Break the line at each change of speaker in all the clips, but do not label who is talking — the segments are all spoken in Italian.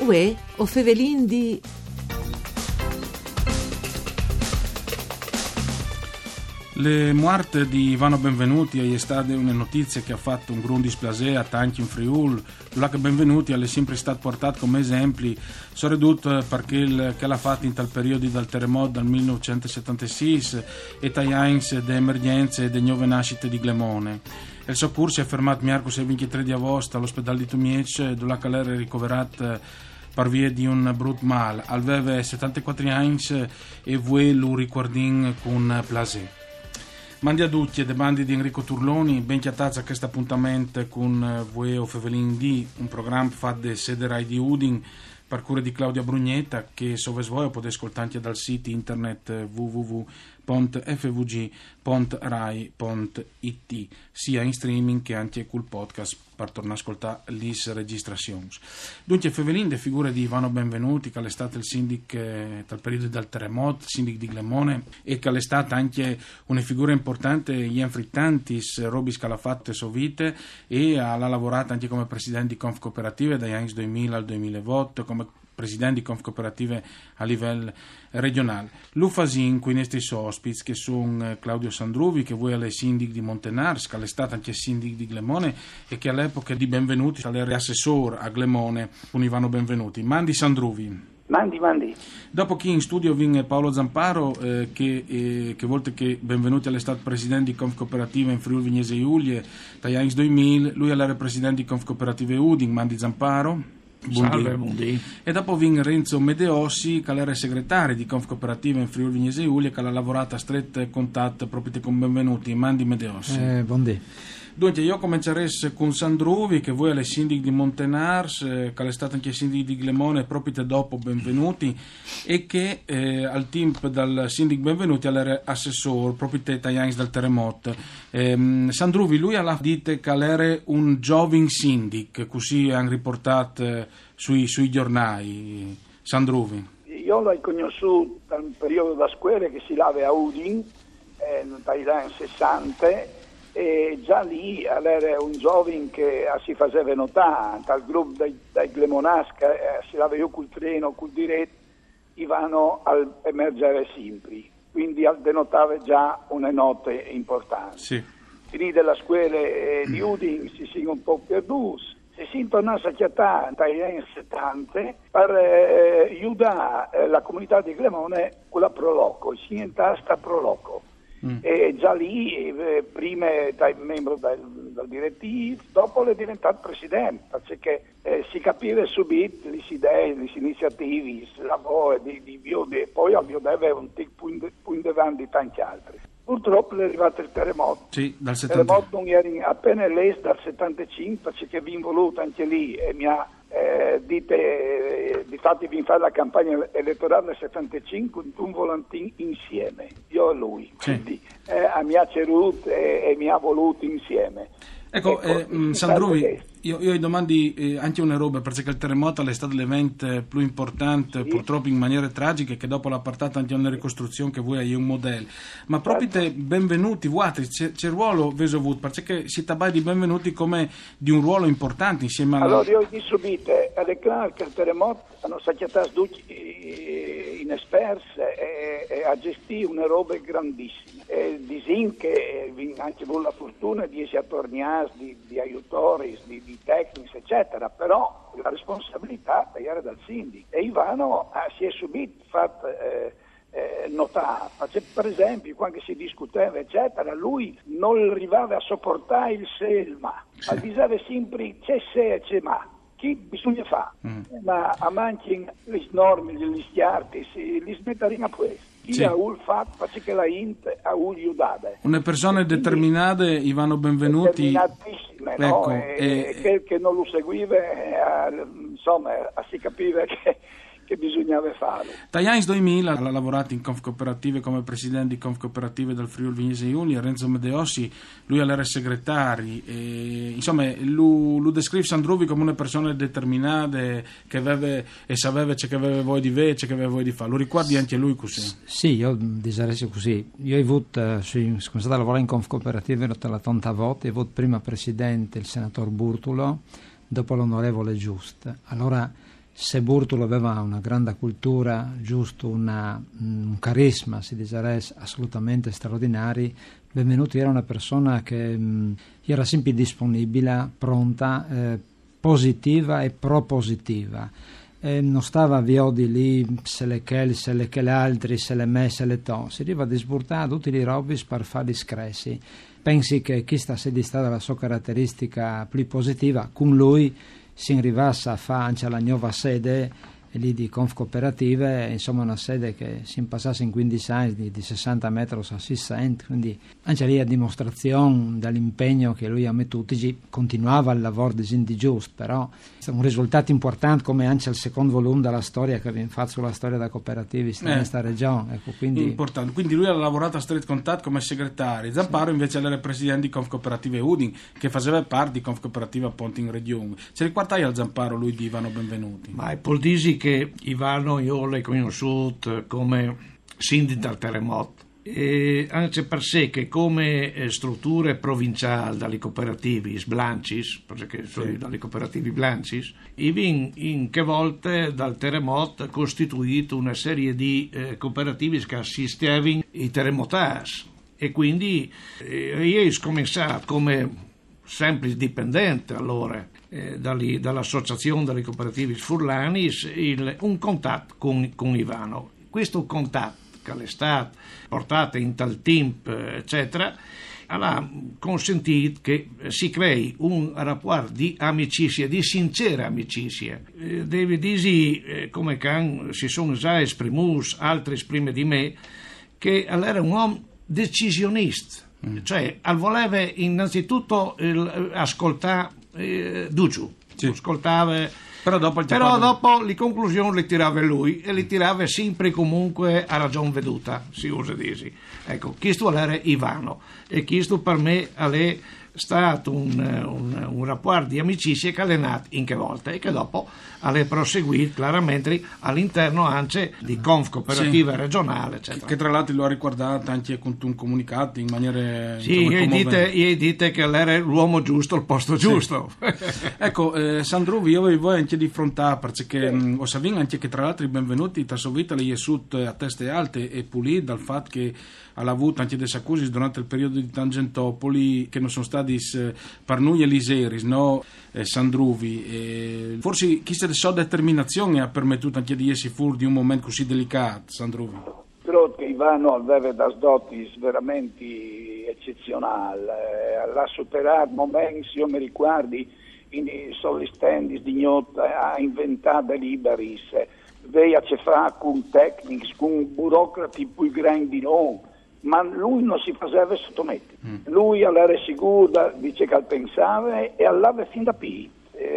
Uè, o Fevelin di...
Le muerte di Ivano Benvenuti è stata una notizia che ha fatto un gran displasè a tanti in Friuli. La che Benvenuti è sempre stato portato come esempi, soprattutto perché che l'ha fatto in tal periodo dal terremoto dal 1976 e dai anni di emergenze e di nuove nascite di Glemone. Il soccorso è fermato miércoles 23 di agosto all'ospedale di Tumiec, dove la era ricoverato per via di un brutto mal. Aveva 74 anni e voi lo ricordin con piacere. Mandi a tutti e de bandi di Enrico Turloni, ben chiatazza a questo appuntamento con voi o Fevelin D, un programma fatto da sede Rai di Udin per cura di Claudia Brugnetta, che se voi potete ascoltare anche dal sito internet www.fvg.rai.it, sia in streaming che anche col podcast per tornare a ascoltare le registrazioni. Dunque Fevelin, le figure di Ivano Benvenuti, che è stato il sindaco dal periodo del terremoto, il sindaco di Glemone, e che è stata anche una figura importante in frittantis Robis che l'ha fatta sovite e ha lavorato anche come presidente di Conf Cooperative dagli anni 2000 al 2008, come presidente di Conf Cooperative a livello regionale. L'Ufasin, qui nei stessi ospiti, che sono Claudio Sandruvi, che voi è sindaco di Montenars, che è stato anche sindaco di Glemone e che all'epoca di Benvenuti era assessore a Glemone con Ivano Benvenuti. Mandi Sandruvi.
Mandi.
Dopo chi in studio viene Paolo Zamparo, che volte che Benvenuti è stato presidente di Conf Cooperative in Friuli Vignese Giulie dagli anni 2000, lui era presidente di Conf Cooperative Udin. Mandi Zamparo.
Salve, buondì.
E dopo viene Renzo Medeossi, che era segretario di Conf Cooperative in Friuli Vignese Giulie, che ha lavorato a stretto contatto proprio con Benvenuti. Mandi Medeossi.
Buondì.
Dunque, io comincerei con Sandruvi, che voi è sindaco di Montenars, che è stato anche sindaco di Glemone proprio dopo Benvenuti, e che al team dal sindaco Benvenuti era assessore proprio dagli anni del terremoto. Sandruvi, lui ha detto che era un giovane sindaco, così hanno riportato sui giornali. Sandruvi.
Io l'ho conosciuto dal periodo da scuola che si lava a Udin, dagli anni 60, e già lì era un giovane che si faceva notare dal gruppo dei Glemonasca, si lava io col treno, col diretto, Ivano al emergere sempre, quindi denotava già una nota importante.
Sì.
Finita la scuola di Udin si sono un po' perduti, si sono tornati a chiattare dagli anni 70 per aiutare la comunità di Glemone con la Proloco, si intasta Proloco. E già lì, prima membro del direttivo, dopo è diventato presidente, perché si capiva subito le idee, le iniziative, il lavoro di Biode, poi al Biode aveva un tic in avanti di tanti altri. Purtroppo è arrivato il terremoto.
Sì, dal 70.
Il terremoto non era appena l'est dal 75, perché vi involuto anche lì e mi ha difatti vi fare la campagna elettorale del 75 un volantino insieme, io e lui, quindi mi ha ceduto e mi ha voluto insieme.
Ecco Sandruvi, io domandi anche una roba, perché il terremoto è stato l'evento più importante, purtroppo in maniera tragica, che dopo l'ha portata anche a una ricostruzione che voi hai un modello, ma proprio te Benvenuti, voi c'è ruolo veso avuto, perché si tabai di Benvenuti come di un ruolo importante insieme alla...
Allora io di subito, è chiaro che il terremoto hanno sacchiato tutti inesperti e a gestire una roba grandissima. Disin che anche voi la fortuna di essere attorniati di aiutori, di tecnici, eccetera, però la responsabilità era dal sindaco. E Ivano si è subito fatto notare, per esempio, quando si discuteva, eccetera, lui non arrivava a sopportare il selma, ma diceva sempre c'è se e c'è ma. Chi bisogna fare? Ma a manchi le norme, gli stiarti, li smetteremo a questo. Chi ha un fatto perché la int ha un aiutato.
Una persona determinata, Ivano Benvenuti.
Determinatissime, ecco, no? E che non lo seguiva, insomma, si capiva che bisognava farlo.
Dagli anni 2000 ha lavorato in Conf Cooperative come presidente di Conf Cooperative del Friuli Vignese Giulie. Renzo Medeossi, lui era segretario, insomma lui descrive Sandruvi come una persona determinata che aveva e sapeva che aveva voi di ve, che aveva voi di fare. Lo ricordi anche lui così?
Sì, io direi così. Io ho avuto, sono stato a lavorare in Conf Cooperative la tanta volta, ho avuto prima presidente il senatore Burtulo, dopo l'onorevole Giust. Allora se Burtulo aveva una grande cultura, giusto un carisma, si dice, assolutamente straordinari, Benvenuti era una persona che era sempre disponibile, pronta, positiva e propositiva. Non stava a viodi lì, se le che altri, se le me, se le to. Si arriva a disburtare tutti i robis per fare discresi. Pensi che questa sia stata la sua caratteristica più positiva, con lui si arrivasse a fare anche la nuova sede lì di Conf Cooperative, insomma una sede che si impassasse in 15 anni di 60 metri a 600, quindi anche lì a dimostrazione dell'impegno che lui ha messo, continuava il lavoro di giusto, però è un risultato importante come anche il secondo volume della storia che abbiamo fatto sulla storia della cooperativa in questa regione. Ecco, quindi
importante. Quindi lui ha lavorato a stretto contatto come segretario, Zamparo invece era presidente di Conf Cooperative Udin, che faceva parte di Conf Cooperativa Ponte in Regione. Se riguardai al Zamparo lui di Ivano Benvenuti?
Ma è può dirsi che Ivano io l'ho conosciuto come sindaco del terremoto, e anche per sé che come strutture provinciali dalle cooperative Blancis, perché sono dalle cooperative Blancis, in che volte dal terremoto costituito una serie di cooperative che assistevano i terremotati, e quindi io ho cominciato come semplice dipendente allora dall'associazione delle cooperative Furlanis un contatto con Ivano. Questo contatto che è stato portato in tal tempo eccetera ha consentito che si crei un rapporto di amicizia, di sincera amicizia. Devi dire, come si sono già esprimuti altri prima di me, che era un uomo decisionista, cioè voleva innanzitutto ascoltare Ducciu, ascoltava, però dopo le conclusioni le tirava lui, e le tirava sempre comunque a ragion veduta, si usa dire. Ecco, questo era Ivano, e questo per me è stato un rapporto di amicizia che è nato in che volta e che dopo è proseguito chiaramente all'interno anche di Conf Cooperativa regionale, eccetera.
Che tra l'altro lo ha ricordato anche con un comunicato in maniera
gli dite che era l'uomo giusto al posto giusto.
Ecco, Sandro, io vi voglio anche di frontare, perché ho saputo anche che tra l'altro i Benvenuti tra sua vita le Jesut a teste alte e pulite dal fatto che ha avuto anche dei accusi durante il periodo di Tangentopoli che non sono stati per noi eliseris, no? Sandruvi, forse chissà la sua determinazione ha permesso anche di essere fuori di un momento così delicato, Sandruvi.
Credo che Ivano aveva das dotis veramente eccezionali, l'ha superato momenti, io mi ricordi, in soli stand di Gnotta, ha inventato liberis, veia a fare con tecnici, con burocrati più grandi di noi, ma lui non si faceva sottomettere. Lui era sicuro, dice che pensava, e all'ave fin da P.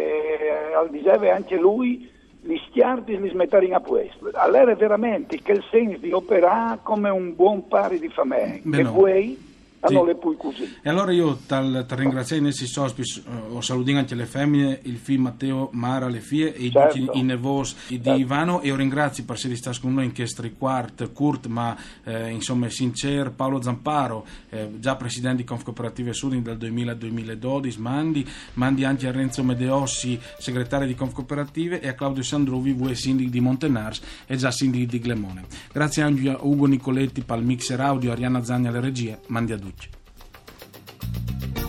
Diceva anche lui, gli stiardi li smetterin a questo. Allora veramente che il senso di operare come un buon pari di famiglia, che vuoi non le puoi così.
E allora io ti ringrazio in essi sospis, ho salutato anche le femmine, il figlio Matteo, Mara, le figlie e i nevos di Ivano, e io ringrazio per essere stato con noi in questo quart Kurt, ma insomma sincero, Paolo Zamparo, già presidente di Conf Cooperative Sudin dal 2000 al 2012, mandi anche a Renzo Medeossi, segretario di Conf Cooperative, e a Claudio Sandrovi, sindaco di Montenars e già sindaco di Glemone. Grazie anche a Ugo Nicoletti per il mixer audio, Arianna Zagna alle regie, mandi a tutti.